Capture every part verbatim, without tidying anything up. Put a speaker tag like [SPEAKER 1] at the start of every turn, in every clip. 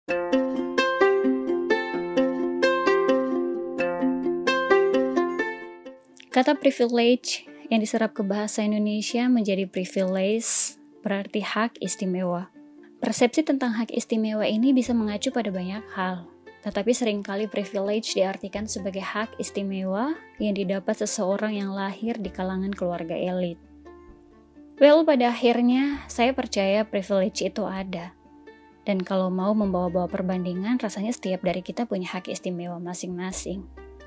[SPEAKER 1] Kata privilege yang diserap ke bahasa Indonesia menjadi privilege berarti hak istimewa. Persepsi tentang hak istimewa ini bisa mengacu pada banyak hal, tetapi seringkali privilege diartikan sebagai hak istimewa yang didapat seseorang yang lahir di kalangan keluarga elit. Well, pada akhirnya saya percaya privilege itu ada. Dan kalau mau membawa-bawa perbandingan, rasanya setiap dari kita punya hak istimewa masing-masing.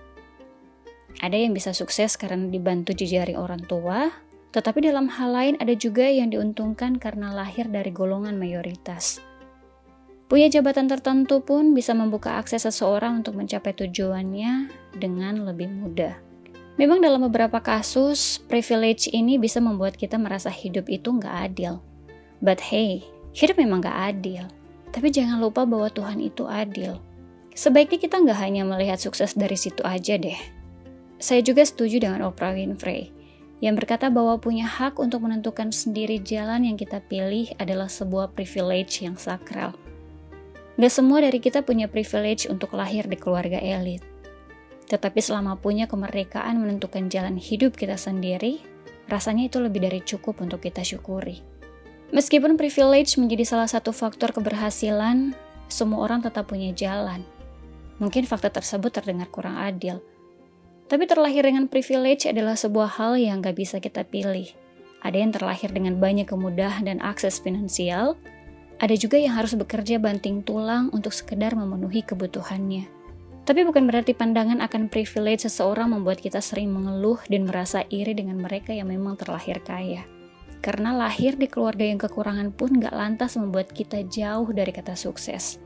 [SPEAKER 1] Ada yang bisa sukses karena dibantu jejari orang tua, tetapi dalam hal lain ada juga yang diuntungkan karena lahir dari golongan mayoritas. Punya jabatan tertentu pun bisa membuka akses seseorang untuk mencapai tujuannya dengan lebih mudah. Memang dalam beberapa kasus, privilege ini bisa membuat kita merasa hidup itu nggak adil. But hey, hidup memang nggak adil. Tapi jangan lupa bahwa Tuhan itu adil. Sebaiknya kita nggak hanya melihat sukses dari situ aja deh. Saya juga setuju dengan Oprah Winfrey yang berkata bahwa punya hak untuk menentukan sendiri jalan yang kita pilih adalah sebuah privilege yang sakral. Gak semua dari kita punya privilege untuk lahir di keluarga elit. Tetapi selama punya kemerdekaan menentukan jalan hidup kita sendiri, rasanya itu lebih dari cukup untuk kita syukuri. Meskipun privilege menjadi salah satu faktor keberhasilan, semua orang tetap punya jalan. Mungkin fakta tersebut terdengar kurang adil. Tapi terlahir dengan privilege adalah sebuah hal yang gak bisa kita pilih. Ada yang terlahir dengan banyak kemudahan dan akses finansial, ada juga yang harus bekerja banting tulang untuk sekedar memenuhi kebutuhannya. Tapi bukan berarti pandangan akan privilege seseorang membuat kita sering mengeluh dan merasa iri dengan mereka yang memang terlahir kaya. Karena lahir di keluarga yang kekurangan pun gak lantas membuat kita jauh dari kata sukses.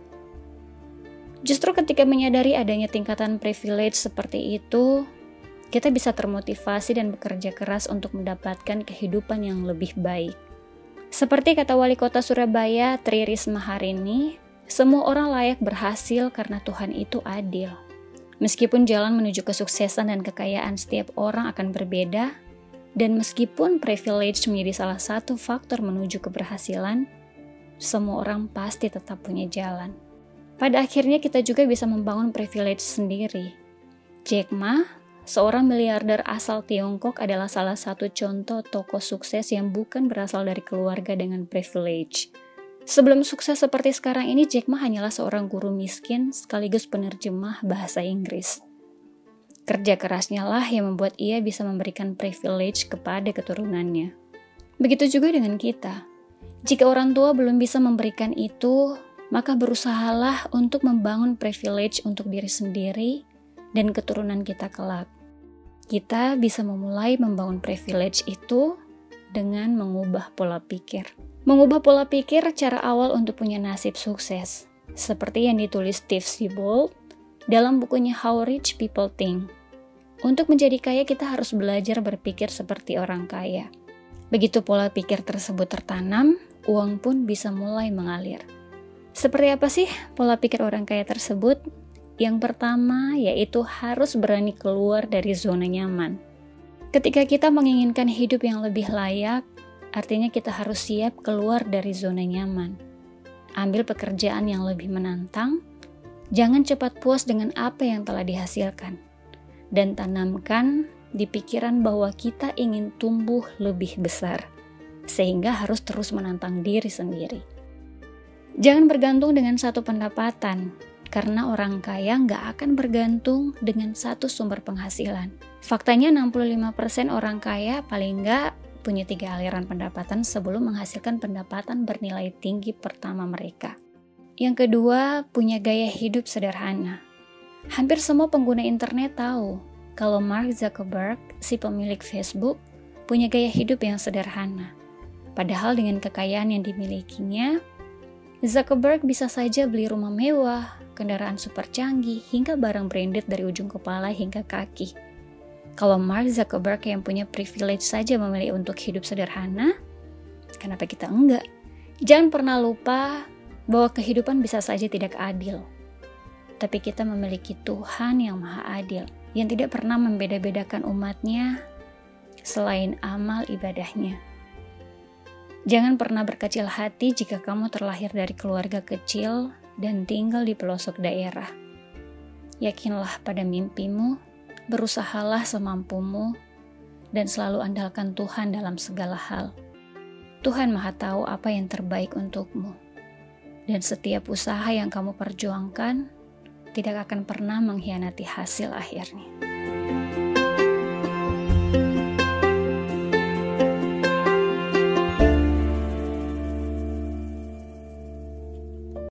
[SPEAKER 1] Justru ketika menyadari adanya tingkatan privilege seperti itu, kita bisa termotivasi dan bekerja keras untuk mendapatkan kehidupan yang lebih baik. Seperti kata Wali Kota Surabaya, Tri Risma hari ini, semua orang layak berhasil karena Tuhan itu adil. Meskipun jalan menuju kesuksesan dan kekayaan setiap orang akan berbeda, dan meskipun privilege menjadi salah satu faktor menuju keberhasilan, semua orang pasti tetap punya jalan. Pada akhirnya kita juga bisa membangun privilege sendiri. Jack Ma, seorang miliarder asal Tiongkok, adalah salah satu contoh tokoh sukses yang bukan berasal dari keluarga dengan privilege. Sebelum sukses seperti sekarang ini, Jack Ma hanyalah seorang guru miskin sekaligus penerjemah bahasa Inggris. Kerja kerasnya lah yang membuat ia bisa memberikan privilege kepada keturunannya. Begitu juga dengan kita. Jika orang tua belum bisa memberikan itu, maka berusahalah untuk membangun privilege untuk diri sendiri dan keturunan kita kelak. Kita bisa memulai membangun privilege itu dengan mengubah pola pikir. Mengubah pola pikir cara awal untuk punya nasib sukses, seperti yang ditulis Steve Siebold dalam bukunya How Rich People Think. Untuk menjadi kaya, kita harus belajar berpikir seperti orang kaya. Begitu pola pikir tersebut tertanam, uang pun bisa mulai mengalir. Seperti apa sih pola pikir orang kaya tersebut? Yang pertama yaitu harus berani keluar dari zona nyaman. Ketika kita menginginkan hidup yang lebih layak, artinya kita harus siap keluar dari zona nyaman. Ambil pekerjaan yang lebih menantang, jangan cepat puas dengan apa yang telah dihasilkan. Dan tanamkan di pikiran bahwa kita ingin tumbuh lebih besar, sehingga harus terus menantang diri sendiri. Jangan bergantung dengan satu pendapatan, karena orang kaya nggak akan bergantung dengan satu sumber penghasilan. Faktanya enam puluh lima persen orang kaya paling nggak punya tiga aliran pendapatan sebelum menghasilkan pendapatan bernilai tinggi pertama mereka. Yang kedua, punya gaya hidup sederhana. Hampir semua pengguna internet tahu kalau Mark Zuckerberg, si pemilik Facebook, punya gaya hidup yang sederhana. Padahal dengan kekayaan yang dimilikinya, Zuckerberg bisa saja beli rumah mewah, kendaraan super canggih, hingga barang branded dari ujung kepala hingga kaki. Kalau Mark Zuckerberg yang punya privilege saja memilih untuk hidup sederhana, kenapa kita enggak? Jangan pernah lupa bahwa kehidupan bisa saja tidak adil. Tapi kita memiliki Tuhan yang maha adil, yang tidak pernah membeda-bedakan umatnya selain amal ibadahnya. Jangan pernah berkecil hati jika kamu terlahir dari keluarga kecil dan tinggal di pelosok daerah. Yakinlah pada mimpimu, berusahalah semampumu, dan selalu andalkan Tuhan dalam segala hal. Tuhan Maha Tahu apa yang terbaik untukmu, dan setiap usaha yang kamu perjuangkan tidak akan pernah mengkhianati hasil akhirnya.